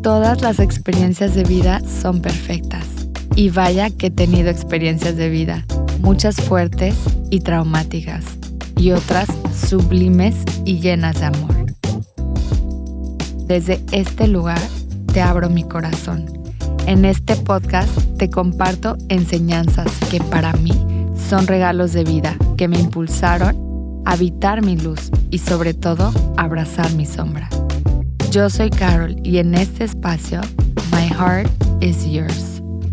todas las experiencias de vida son perfectas. Y vaya que he tenido experiencias de vida, muchas fuertes y traumáticas, y otras sublimes y llenas de amor. Desde este lugar te abro mi corazón. En este podcast te comparto enseñanzas que para mí son regalos de vida que me impulsaron a habitar mi luz y sobre todo abrazar mi sombra. Yo soy Carol y en este espacio, My Heart is Yours.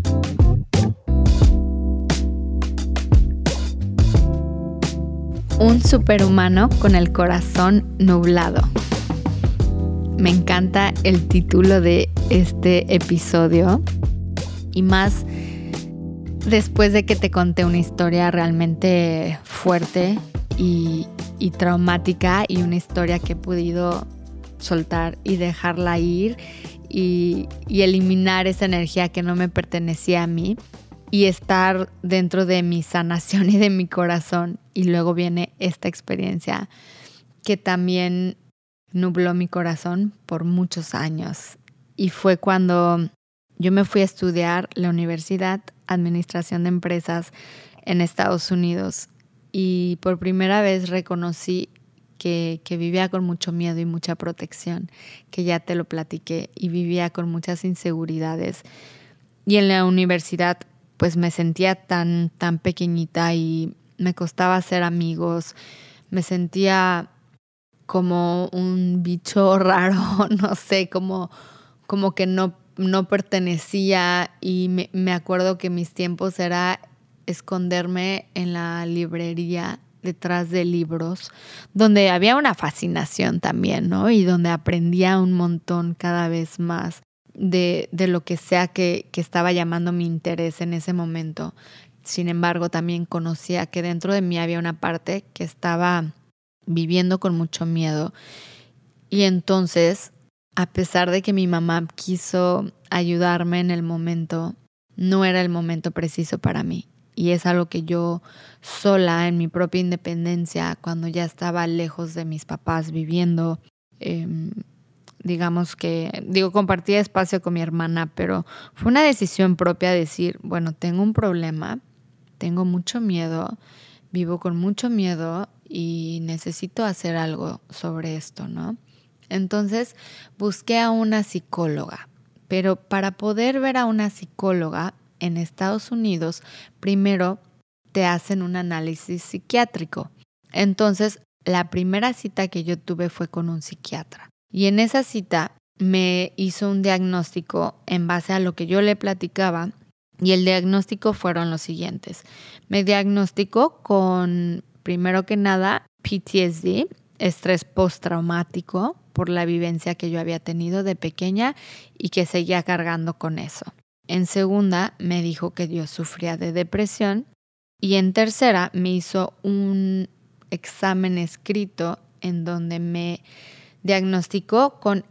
Un superhumano con el corazón nublado. Me encanta el título de este episodio y más después de que te conté una historia realmente fuerte y traumática y una historia que he podido soltar y dejarla ir y eliminar esa energía que no me pertenecía a mí y estar dentro de mi sanación y de mi corazón. Y luego viene esta experiencia que también nubló mi corazón por muchos años. Y fue cuando yo me fui a estudiar la universidad, Administración de Empresas en Estados Unidos. Y por primera vez reconocí que vivía con mucho miedo y mucha protección, que ya te lo platiqué, y vivía con muchas inseguridades. Y en la universidad pues me sentía tan pequeñita y me costaba hacer amigos, me sentía como un bicho raro, no sé, como que no pertenecía y me acuerdo que mis tiempos era esconderme en la librería detrás de libros, donde había una fascinación también, ¿no? Y donde aprendía un montón cada vez más de lo que sea que estaba llamando mi interés en ese momento. Sin embargo, también conocía que dentro de mí había una parte que estaba viviendo con mucho miedo. Y entonces, a pesar de que mi mamá quiso ayudarme en el momento, no era el momento preciso para mí. Y es algo que yo sola, en mi propia independencia, cuando ya estaba lejos de mis papás viviendo, compartía espacio con mi hermana, pero fue una decisión propia decir, bueno, tengo un problema, tengo mucho miedo, vivo con mucho miedo y necesito hacer algo sobre esto, ¿no? Entonces busqué a una psicóloga, pero para poder ver a una psicóloga en Estados Unidos, primero te hacen un análisis psiquiátrico. Entonces, la primera cita que yo tuve fue con un psiquiatra. Y en esa cita me hizo un diagnóstico en base a lo que yo le platicaba. Y el diagnóstico fueron los siguientes. Me diagnosticó con, primero que nada, PTSD, estrés postraumático, por la vivencia que yo había tenido de pequeña y que seguía cargando con eso. En segunda, me dijo que yo sufría de depresión. Y en tercera, me hizo un examen escrito en donde me diagnosticó con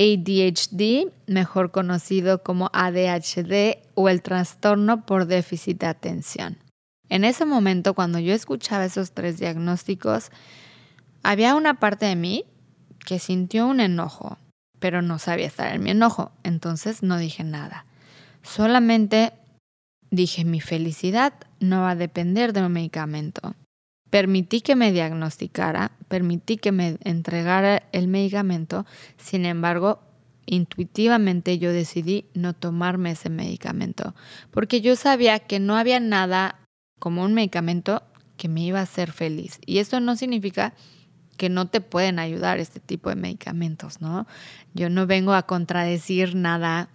ADHD, mejor conocido como ADHD o el trastorno por déficit de atención. En ese momento, cuando yo escuchaba esos 3 diagnósticos, había una parte de mí que sintió un enojo, pero no sabía estar en mi enojo, entonces no dije nada. Solamente dije, mi felicidad no va a depender de un medicamento. Permití que me diagnosticara, permití que me entregara el medicamento, sin embargo, intuitivamente yo decidí no tomarme ese medicamento, porque yo sabía que no había nada como un medicamento que me iba a hacer feliz. Y esto no significa que no te pueden ayudar este tipo de medicamentos, ¿no? Yo no vengo a contradecir nada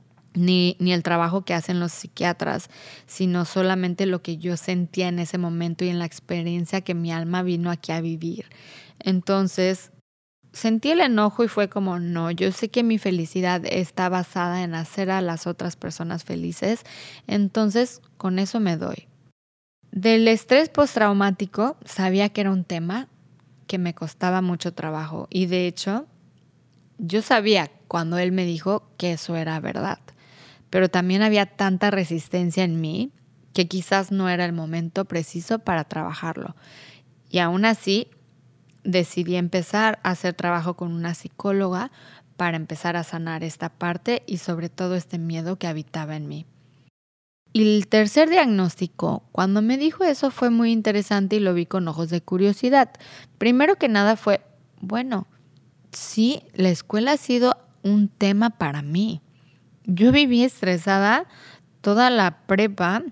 ni el trabajo que hacen los psiquiatras, sino solamente lo que yo sentía en ese momento y en la experiencia que mi alma vino aquí a vivir. Entonces, sentí el enojo y fue como, no, yo sé que mi felicidad está basada en hacer a las otras personas felices, entonces con eso me doy. Del estrés postraumático sabía que era un tema que me costaba mucho trabajo y de hecho yo sabía cuando él me dijo que eso era verdad. Pero también había tanta resistencia en mí que quizás no era el momento preciso para trabajarlo. Y aún así decidí empezar a hacer trabajo con una psicóloga para empezar a sanar esta parte y sobre todo este miedo que habitaba en mí. Y el tercer diagnóstico, cuando me dijo eso fue muy interesante y lo vi con ojos de curiosidad. Primero que nada fue, bueno, sí, la escuela ha sido un tema para mí. Yo viví estresada toda la prepa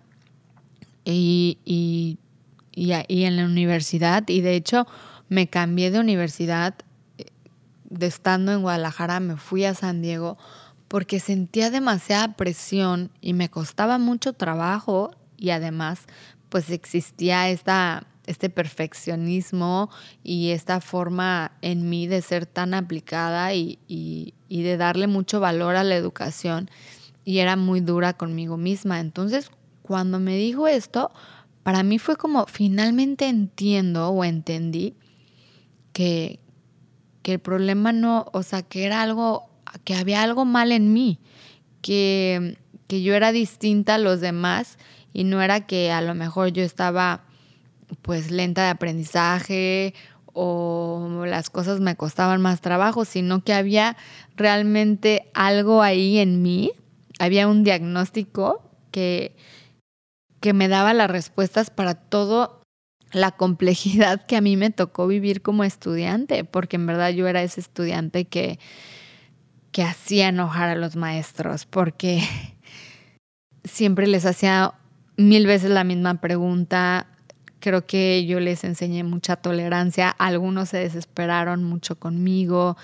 y en la universidad, y de hecho me cambié de universidad. De estando en Guadalajara me fui a San Diego porque sentía demasiada presión y me costaba mucho trabajo, y además pues existía este perfeccionismo y esta forma en mí de ser tan aplicada y de darle mucho valor a la educación, y era muy dura conmigo misma. Entonces, cuando me dijo esto, para mí fue como finalmente entiendo o entendí que el problema no, o sea, que era algo, que había algo mal en mí, que yo era distinta a los demás, y no era que a lo mejor yo estaba pues lenta de aprendizaje o las cosas me costaban más trabajo, sino que había realmente algo ahí en mí, había un diagnóstico que me daba las respuestas para todo la complejidad que a mí me tocó vivir como estudiante, porque en verdad yo era ese estudiante que hacía enojar a los maestros, porque siempre les hacía 1000 veces la misma pregunta. Creo que yo les enseñé mucha tolerancia, algunos se desesperaron mucho conmigo.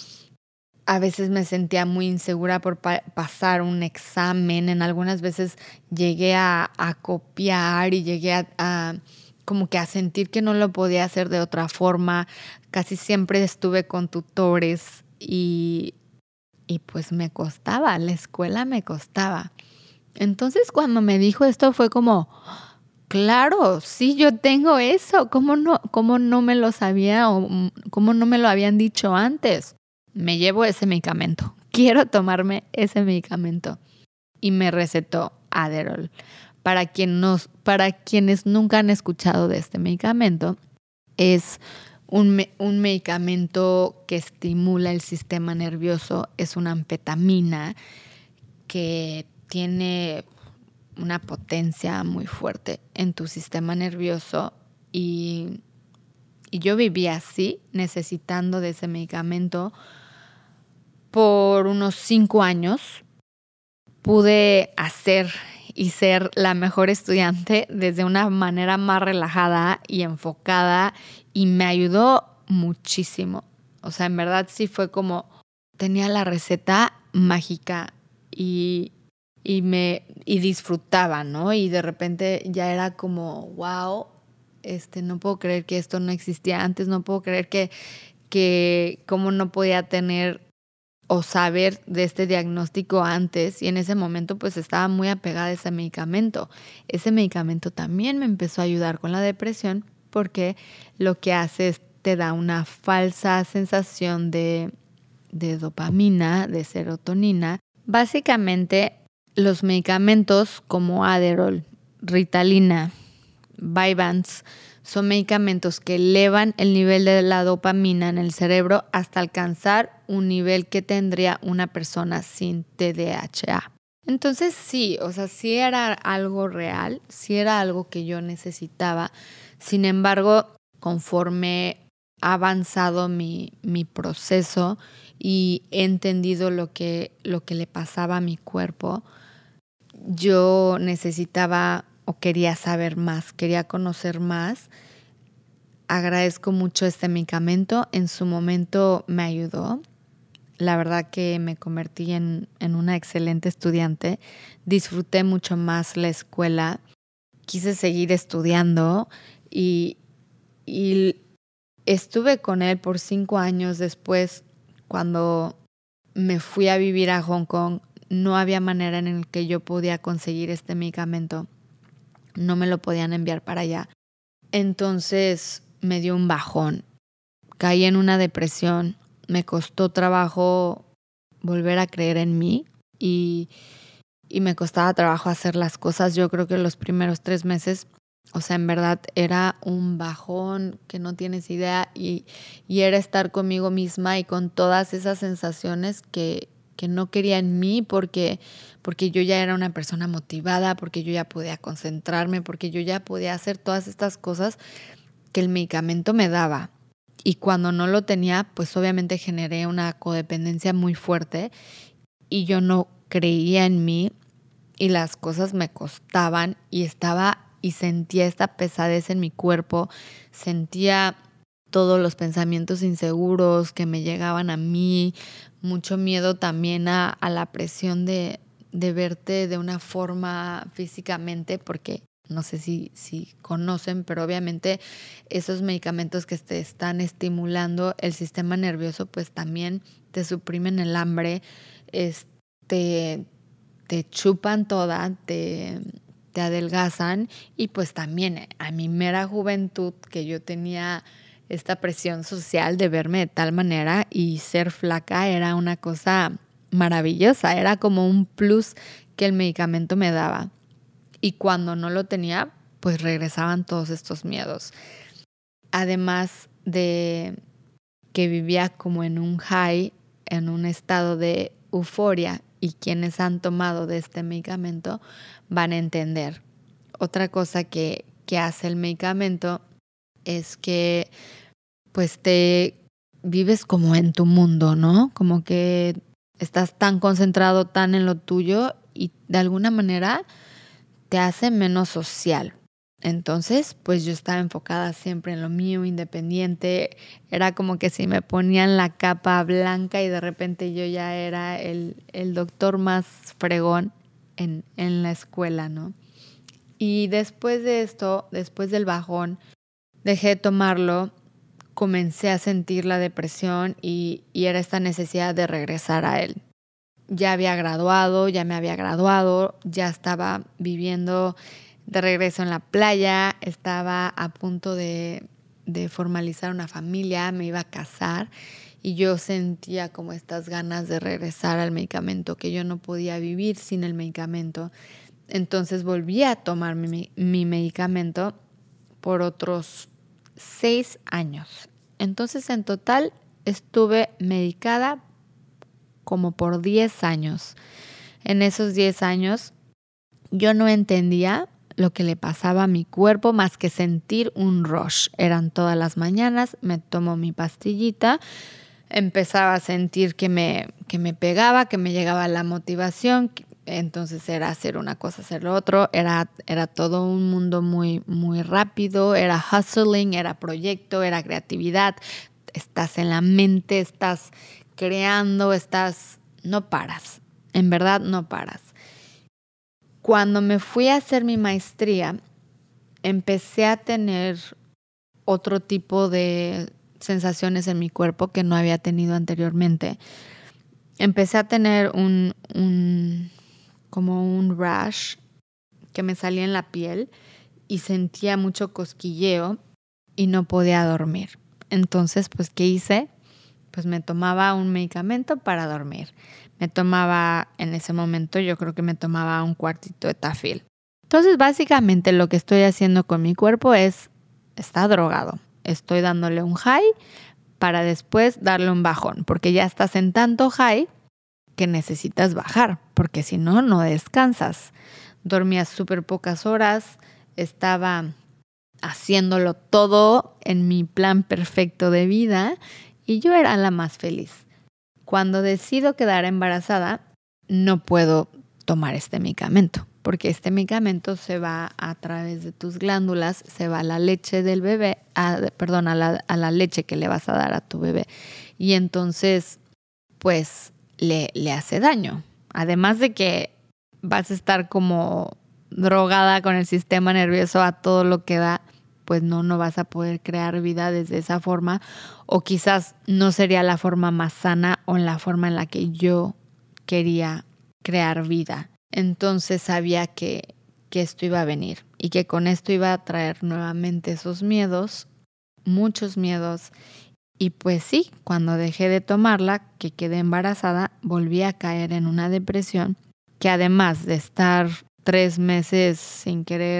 A veces me sentía muy insegura por pasar un examen. En algunas veces llegué a copiar y llegué a como que a sentir que no lo podía hacer de otra forma. Casi siempre estuve con tutores y pues me costaba, la escuela me costaba. Entonces cuando me dijo esto fue como, claro, sí, yo tengo eso. ¿Cómo no me lo sabía o cómo no me lo habían dicho antes? Me llevo ese medicamento. Quiero tomarme ese medicamento. Y me recetó Adderall. Para quienes nunca han escuchado de este medicamento, es un medicamento que estimula el sistema nervioso. Es una anfetamina que tiene una potencia muy fuerte en tu sistema nervioso, y yo viví así, necesitando de ese medicamento por unos 5 años. Pude hacer y ser la mejor estudiante desde una manera más relajada y enfocada, y me ayudó muchísimo. O sea, en verdad sí fue como tenía la receta mágica y disfrutaba, ¿no? Y de repente ya era como, wow, no puedo creer que esto no existía antes, no puedo creer que cómo no podía tener o saber de este diagnóstico antes, y en ese momento pues estaba muy apegada a ese medicamento. Ese medicamento también me empezó a ayudar con la depresión, porque lo que hace es te da una falsa sensación de dopamina, de serotonina. Básicamente los medicamentos como Adderall, Ritalina, Vyvanse son medicamentos que elevan el nivel de la dopamina en el cerebro hasta alcanzar un nivel que tendría una persona sin TDAH. Entonces sí, o sea, sí era algo real, sí era algo que yo necesitaba. Sin embargo, conforme ha avanzado mi proceso y he entendido lo que le pasaba a mi cuerpo, yo necesitaba o quería saber más, quería conocer más. Agradezco mucho este medicamento. En su momento me ayudó. La verdad que me convertí en una excelente estudiante. Disfruté mucho más la escuela. Quise seguir estudiando y estuve con él por 5 años. Después, cuando me fui a vivir a Hong Kong, no había manera en la que yo podía conseguir este medicamento. No me lo podían enviar para allá. Entonces me dio un bajón. Caí en una depresión. Me costó trabajo volver a creer en mí y me costaba trabajo hacer las cosas. Yo creo que los primeros 3 meses O sea, en verdad era un bajón que no tienes idea y era estar conmigo misma y con todas esas sensaciones que no quería en mí porque yo ya era una persona motivada, porque yo ya podía concentrarme, porque yo ya podía hacer todas estas cosas que el medicamento me daba. Y cuando no lo tenía, pues obviamente generé una codependencia muy fuerte y yo no creía en mí y las cosas me costaban y estaba y sentía esta pesadez en mi cuerpo, sentía todos los pensamientos inseguros que me llegaban a mí, mucho miedo también a la presión de verte de una forma físicamente, porque no sé si conocen, pero obviamente esos medicamentos que te están estimulando el sistema nervioso, pues también te suprimen el hambre, te chupan toda, te adelgazan y pues también a mi mera juventud que yo tenía esta presión social de verme de tal manera y ser flaca era una cosa maravillosa, era como un plus que el medicamento me daba. Y cuando no lo tenía, pues regresaban todos estos miedos. Además de que vivía como en un high, en un estado de euforia, y quienes han tomado de este medicamento van a entender. Otra cosa que hace el medicamento es que pues te vives como en tu mundo, ¿no? Como que estás tan concentrado, tan en lo tuyo y de alguna manera te hace menos social. Entonces, pues yo estaba enfocada siempre en lo mío, independiente. Era como que si me ponían la capa blanca y de repente yo ya era el doctor más fregón en la escuela, ¿no? Y después de esto, después del bajón, dejé de tomarlo, comencé a sentir la depresión y era esta necesidad de regresar a él. Ya me había graduado, ya estaba viviendo de regreso en la playa, estaba a punto de formalizar una familia, me iba a casar y yo sentía como estas ganas de regresar al medicamento, que yo no podía vivir sin el medicamento. Entonces volví a tomar mi medicamento por otros 6 años. Entonces en total estuve medicada como por 10 años. En esos 10 años yo no entendía lo que le pasaba a mi cuerpo más que sentir un rush. Eran todas las mañanas, me tomo mi pastillita, empezaba a sentir que me pegaba, que me llegaba la motivación, entonces era hacer una cosa, hacer lo otro, era todo un mundo muy, muy rápido, era hustling, era proyecto, era creatividad, estás en la mente, estás creando, no paras, en verdad no paras. Cuando me fui a hacer mi maestría, empecé a tener otro tipo de sensaciones en mi cuerpo que no había tenido anteriormente. Empecé a tener como un rash que me salía en la piel y sentía mucho cosquilleo y no podía dormir. Entonces, pues, ¿qué hice? Pues me tomaba un medicamento para dormir. Me tomaba, en ese momento, yo creo que me tomaba un cuartito de Tafil. Entonces, básicamente lo que estoy haciendo con mi cuerpo está drogado. Estoy dándole un high para después darle un bajón, porque ya estás en tanto high que necesitas bajar, porque si no, no descansas. Dormía súper pocas horas, estaba haciéndolo todo en mi plan perfecto de vida y yo era la más feliz. Cuando decido quedar embarazada, no puedo tomar este medicamento, porque este medicamento se va a través de tus glándulas, se va a la leche del bebé, a la leche que le vas a dar a tu bebé. Y entonces, pues, le hace daño. Además de que vas a estar como drogada con el sistema nervioso a todo lo que da, pues no vas a poder crear vida desde esa forma, o quizás no sería la forma más sana o en la forma en la que yo quería crear vida. Entonces sabía que esto iba a venir y que con esto iba a traer nuevamente esos miedos, muchos miedos. Y pues sí, cuando dejé de tomarla, que quedé embarazada, volví a caer en una depresión que además de estar 3 meses sin querer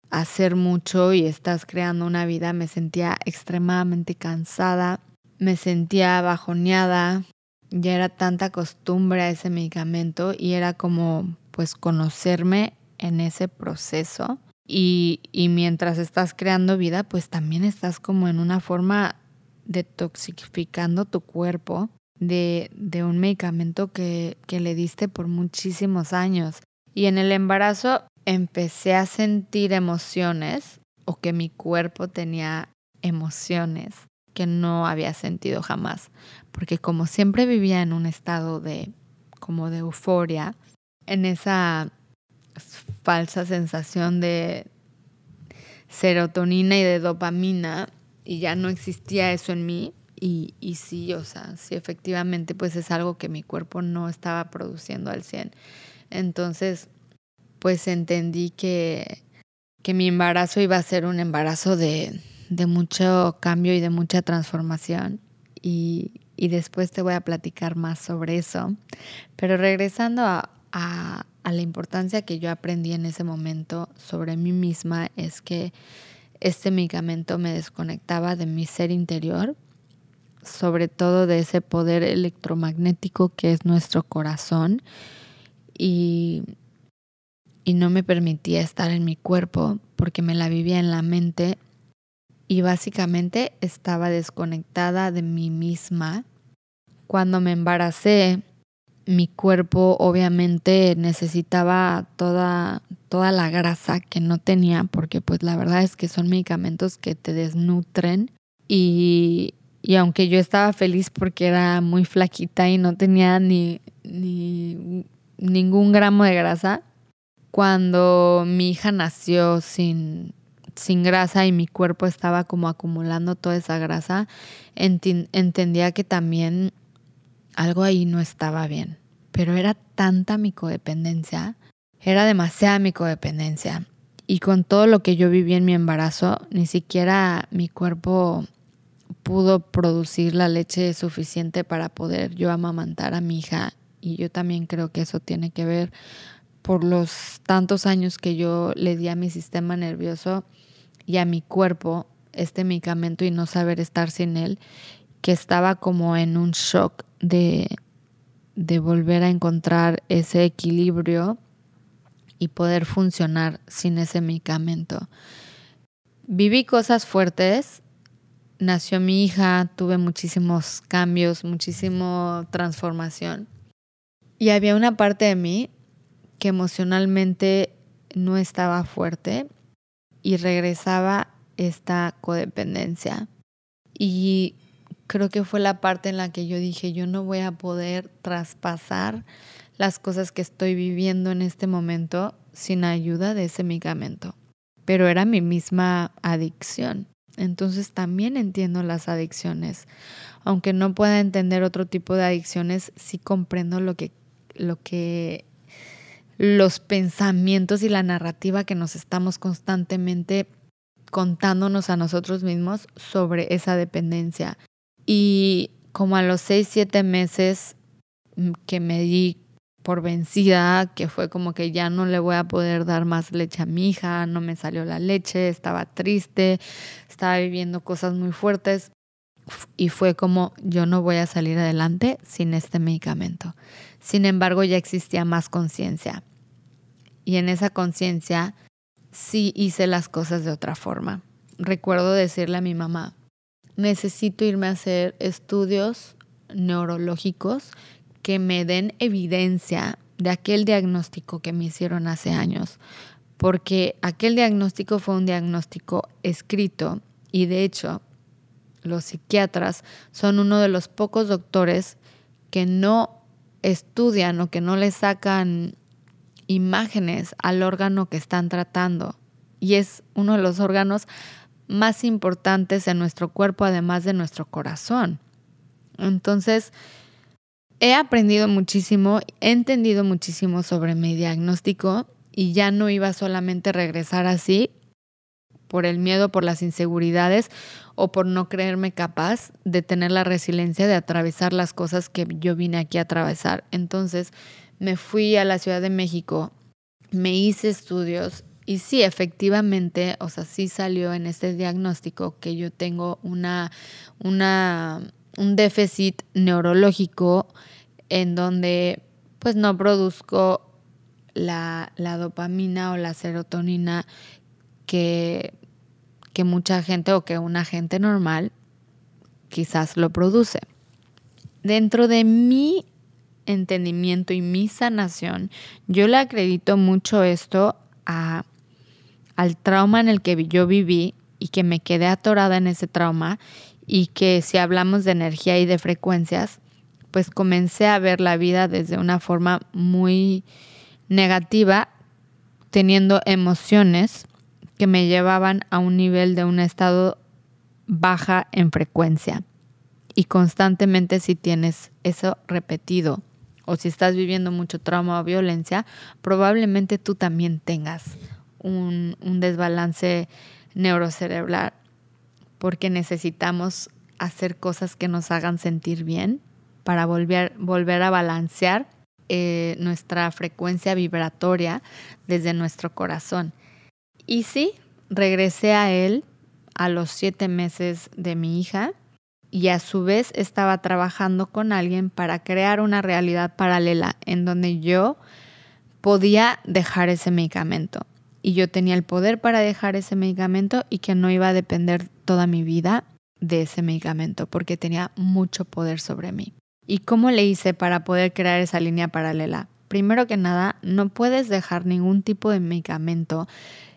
hacer mucho y estás creando una vida, me sentía extremadamente cansada, me sentía bajoneada, ya era tanta costumbre a ese medicamento y era como pues conocerme en ese proceso y mientras estás creando vida pues también estás como en una forma detoxificando tu cuerpo de un medicamento que le diste por muchísimos años. Y en el embarazo empecé a sentir emociones o que mi cuerpo tenía emociones que no había sentido jamás. Porque como siempre vivía en un estado como de euforia, en esa falsa sensación de serotonina y de dopamina, y ya no existía eso en mí. Y sí, o sea, sí, efectivamente, pues es algo que mi cuerpo no estaba produciendo al 100. Entonces, pues entendí que mi embarazo iba a ser un embarazo de mucho cambio y de mucha transformación. Y después te voy a platicar más sobre eso. Pero regresando a la importancia que yo aprendí en ese momento sobre mí misma, es que este medicamento me desconectaba de mi ser interior, sobre todo de ese poder electromagnético que es nuestro corazón, y no me permitía estar en mi cuerpo porque me la vivía en la mente y básicamente estaba desconectada de mí misma. Cuando me embaracé, mi cuerpo obviamente necesitaba toda la grasa que no tenía, porque pues la verdad es que son medicamentos que te desnutren y aunque yo estaba feliz porque era muy flaquita y no tenía ni ningún gramo de grasa, cuando mi hija nació sin grasa y mi cuerpo estaba como acumulando toda esa grasa, entendía que también algo ahí no estaba bien. Pero era tanta mi codependencia, era demasiada mi codependencia. Y con todo lo que yo viví en mi embarazo, ni siquiera mi cuerpo pudo producir la leche suficiente para poder yo amamantar a mi hija. Y yo también creo que eso tiene que ver por los tantos años que yo le di a mi sistema nervioso y a mi cuerpo este medicamento y no saber estar sin él, que estaba como en un shock de volver a encontrar ese equilibrio y poder funcionar sin ese medicamento. Viví cosas fuertes, nació mi hija, tuve muchísimos cambios, muchísima transformación. Y había una parte de mí que emocionalmente no estaba fuerte y regresaba esta codependencia. Y creo que fue la parte en la que yo dije, yo no voy a poder traspasar las cosas que estoy viviendo en este momento sin ayuda de ese medicamento. Pero era mi misma adicción. Entonces también entiendo las adicciones. Aunque no pueda entender otro tipo de adicciones, sí comprendo lo que los pensamientos y la narrativa que nos estamos constantemente contándonos a nosotros mismos sobre esa dependencia. Y como a los 6-7 meses que me di por vencida, que fue como que ya no le voy a poder dar más leche a mi hija, no me salió la leche, estaba triste, estaba viviendo cosas muy fuertes y fue como yo no voy a salir adelante sin este medicamento. Sin embargo, ya existía más conciencia y en esa conciencia sí hice las cosas de otra forma. Recuerdo decirle a mi mamá, necesito irme a hacer estudios neurológicos que me den evidencia de aquel diagnóstico que me hicieron hace años, porque aquel diagnóstico fue un diagnóstico escrito y de hecho los psiquiatras son uno de los pocos doctores que no estudian o que no le sacan imágenes al órgano que están tratando y es uno de los órganos más importantes en nuestro cuerpo, además de nuestro corazón. Entonces, he aprendido muchísimo, he entendido muchísimo sobre mi diagnóstico y ya no iba solamente a regresar así por el miedo, por las inseguridades o por no creerme capaz de tener la resiliencia de atravesar las cosas que yo vine aquí a atravesar. Entonces, me fui a la Ciudad de México, me hice estudios Y sí, efectivamente, o sea, sí salió en este diagnóstico que yo tengo un déficit neurológico en donde pues no produzco la dopamina o la serotonina que mucha gente o que una gente normal quizás lo produce. Dentro de mi entendimiento y mi sanación, yo le acredito mucho esto al trauma en el que yo viví y que me quedé atorada en ese trauma, y que si hablamos de energía y de frecuencias, pues comencé a ver la vida desde una forma muy negativa, teniendo emociones que me llevaban a un nivel de un estado baja en frecuencia. Y constantemente, si tienes eso repetido o si estás viviendo mucho trauma o violencia, probablemente tú también tengas un desbalance neurocerebral, porque necesitamos hacer cosas que nos hagan sentir bien para volver a balancear nuestra frecuencia vibratoria desde nuestro corazón. Y sí, regresé a él a los 7 meses de mi hija, y a su vez estaba trabajando con alguien para crear una realidad paralela en donde yo podía dejar ese medicamento. Y yo tenía el poder para dejar ese medicamento y que no iba a depender toda mi vida de ese medicamento, porque tenía mucho poder sobre mí. ¿Y cómo le hice para poder crear esa línea paralela? Primero que nada, no puedes dejar ningún tipo de medicamento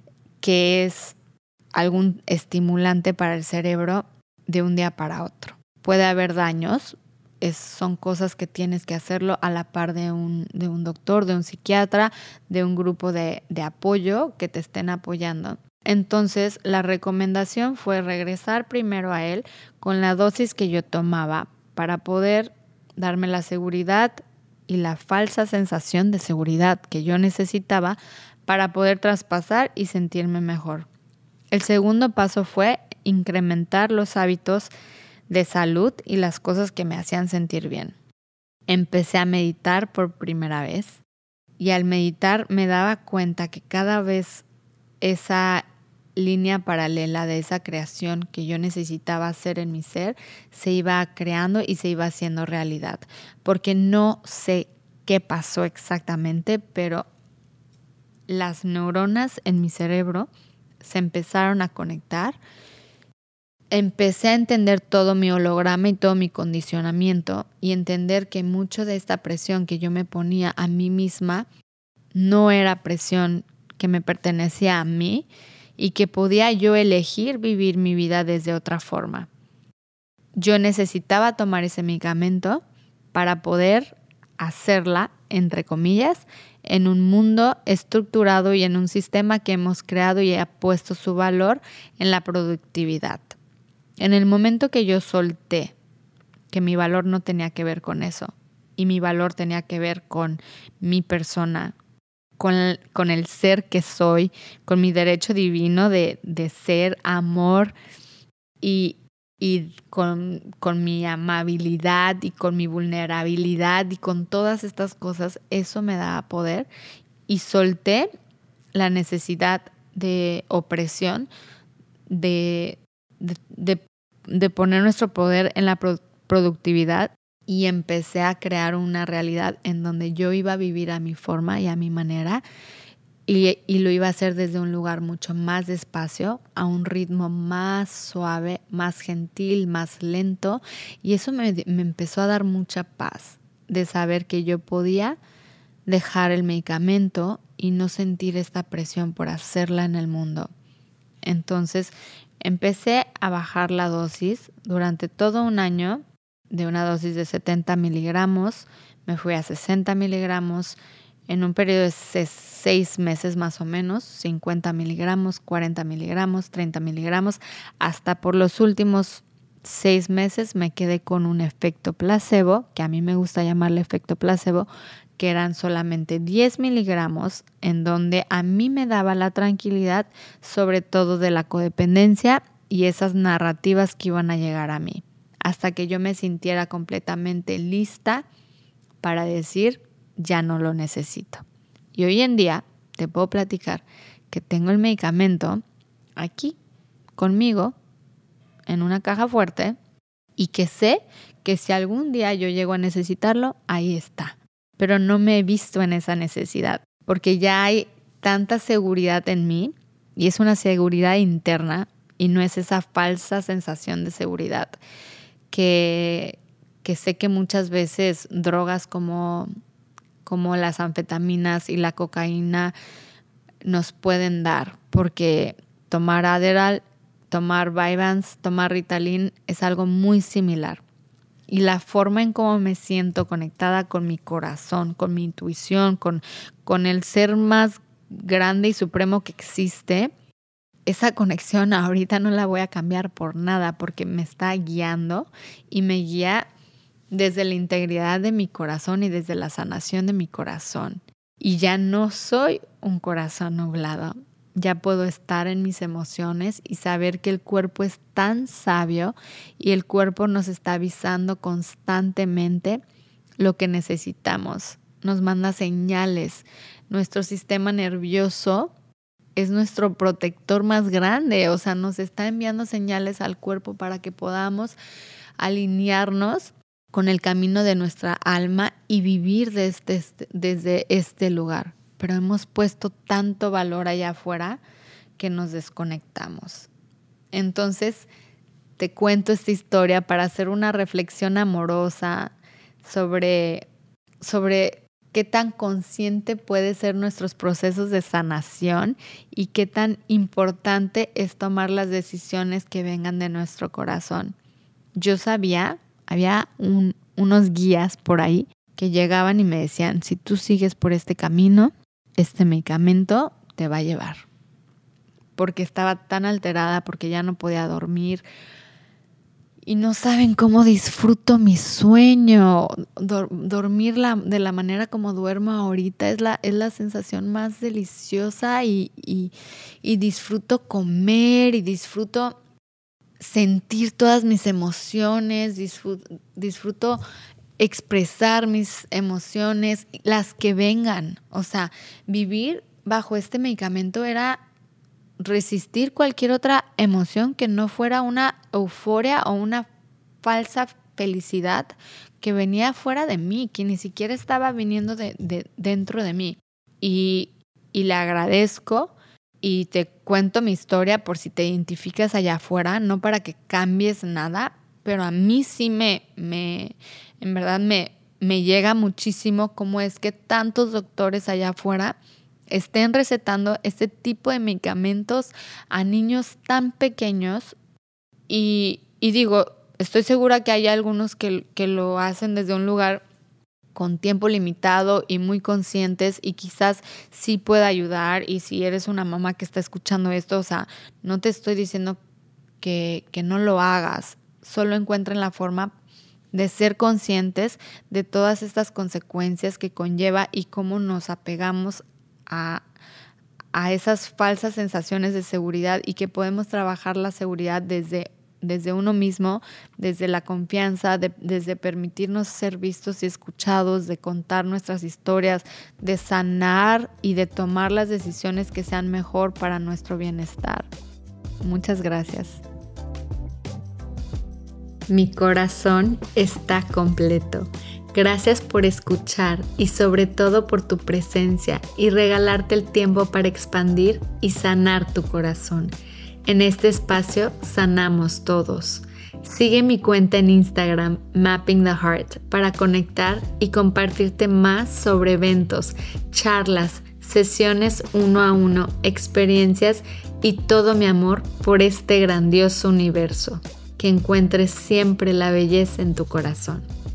que es algún estimulante para el cerebro de un día para otro. Puede haber daños, son cosas que tienes que hacerlo a la par de un doctor, de un psiquiatra, de un grupo de apoyo que te estén apoyando. Entonces, la recomendación fue regresar primero a él con la dosis que yo tomaba para poder darme la seguridad y la falsa sensación de seguridad que yo necesitaba para poder traspasar y sentirme mejor. El segundo paso fue incrementar los hábitos de salud y las cosas que me hacían sentir bien. Empecé a meditar por primera vez, y al meditar me daba cuenta que cada vez esa línea paralela de esa creación que yo necesitaba hacer en mi ser se iba creando y se iba haciendo realidad. Porque no sé qué pasó exactamente, pero las neuronas en mi cerebro se empezaron a conectar. Empecé a entender todo mi holograma y todo mi condicionamiento, y entender que mucho de esta presión que yo me ponía a mí misma no era presión que me pertenecía a mí, y que podía yo elegir vivir mi vida desde otra forma. Yo necesitaba tomar ese medicamento para poder hacerla, entre comillas, en un mundo estructurado y en un sistema que hemos creado y ha puesto su valor en la productividad. En el momento que yo solté que mi valor no tenía que ver con eso, y mi valor tenía que ver con mi persona, con el ser que soy, con mi derecho divino de ser amor, y con mi amabilidad y con mi vulnerabilidad y con todas estas cosas, eso me daba poder, y solté la necesidad de opresión, de poner nuestro poder en la productividad, y empecé a crear una realidad en donde yo iba a vivir a mi forma y a mi manera, y lo iba a hacer desde un lugar mucho más despacio, a un ritmo más suave, más gentil, más lento, y eso me empezó a dar mucha paz de saber que yo podía dejar el medicamento y no sentir esta presión por hacerla en el mundo. Entonces empecé a bajar la dosis durante todo un año. De una dosis de 70 miligramos me fui a 60 miligramos, en un periodo de 6 meses más o menos, 50 miligramos, 40 miligramos, 30 miligramos, hasta por los últimos 6 meses me quedé con un efecto placebo, que a mí me gusta llamarle efecto placebo, que eran solamente 10 miligramos, en donde a mí me daba la tranquilidad, sobre todo de la codependencia y esas narrativas que iban a llegar a mí, hasta que yo me sintiera completamente lista para decir, ya no lo necesito. Y hoy en día te puedo platicar que tengo el medicamento aquí conmigo en una caja fuerte y que sé que si algún día yo llego a necesitarlo, ahí está. Pero no me he visto en esa necesidad porque ya hay tanta seguridad en mí y es una seguridad interna y no es esa falsa sensación de seguridad que sé que muchas veces drogas como las anfetaminas y la cocaína nos pueden dar, porque tomar Adderall, tomar Vyvanse, tomar Ritalin es algo muy similar. Y la forma en cómo me siento conectada con mi corazón, con mi intuición, con el ser más grande y supremo que existe, esa conexión ahorita no la voy a cambiar por nada porque me está guiando y me guía desde la integridad de mi corazón y desde la sanación de mi corazón. Y ya no soy un corazón nublado. Ya puedo estar en mis emociones y saber que el cuerpo es tan sabio y el cuerpo nos está avisando constantemente lo que necesitamos. Nos manda señales. Nuestro sistema nervioso es nuestro protector más grande. O sea, nos está enviando señales al cuerpo para que podamos alinearnos con el camino de nuestra alma y vivir desde este lugar. Pero hemos puesto tanto valor allá afuera que nos desconectamos. Entonces, te cuento esta historia para hacer una reflexión amorosa sobre qué tan consciente puede ser nuestros procesos de sanación y qué tan importante es tomar las decisiones que vengan de nuestro corazón. Yo sabía, había unos guías por ahí que llegaban y me decían, si tú sigues por este camino, este medicamento te va a llevar. Porque estaba tan alterada, porque ya no podía dormir. Y no saben cómo disfruto mi sueño. Dormir de la manera como duermo ahorita es la sensación más deliciosa y disfruto comer y disfruto sentir todas mis emociones, disfruto expresar mis emociones, las que vengan. O sea, vivir bajo este medicamento era resistir cualquier otra emoción que no fuera una euforia o una falsa felicidad que venía fuera de mí, que ni siquiera estaba viniendo de dentro de mí. Y le agradezco y te cuento mi historia por si te identificas allá afuera, no para que cambies nada, pero a mí sí en verdad me llega muchísimo cómo es que tantos doctores allá afuera estén recetando este tipo de medicamentos a niños tan pequeños y digo, estoy segura que hay algunos que lo hacen desde un lugar con tiempo limitado y muy conscientes y quizás sí pueda ayudar. Y si eres una mamá que está escuchando esto, o sea, no te estoy diciendo que no lo hagas, solo encuentren la forma de ser conscientes de todas estas consecuencias que conlleva y cómo nos apegamos a esas falsas sensaciones de seguridad y que podemos trabajar la seguridad desde uno mismo, desde la confianza, desde permitirnos ser vistos y escuchados, de contar nuestras historias, de sanar y de tomar las decisiones que sean mejor para nuestro bienestar. Muchas gracias. Mi corazón está completo. Gracias por escuchar y sobre todo por tu presencia y regalarte el tiempo para expandir y sanar tu corazón. En este espacio sanamos todos. Sigue mi cuenta en Instagram, Mapping the Heart, para conectar y compartirte más sobre eventos, charlas, sesiones 1 a 1, experiencias y todo mi amor por este grandioso universo. Que encuentres siempre la belleza en tu corazón.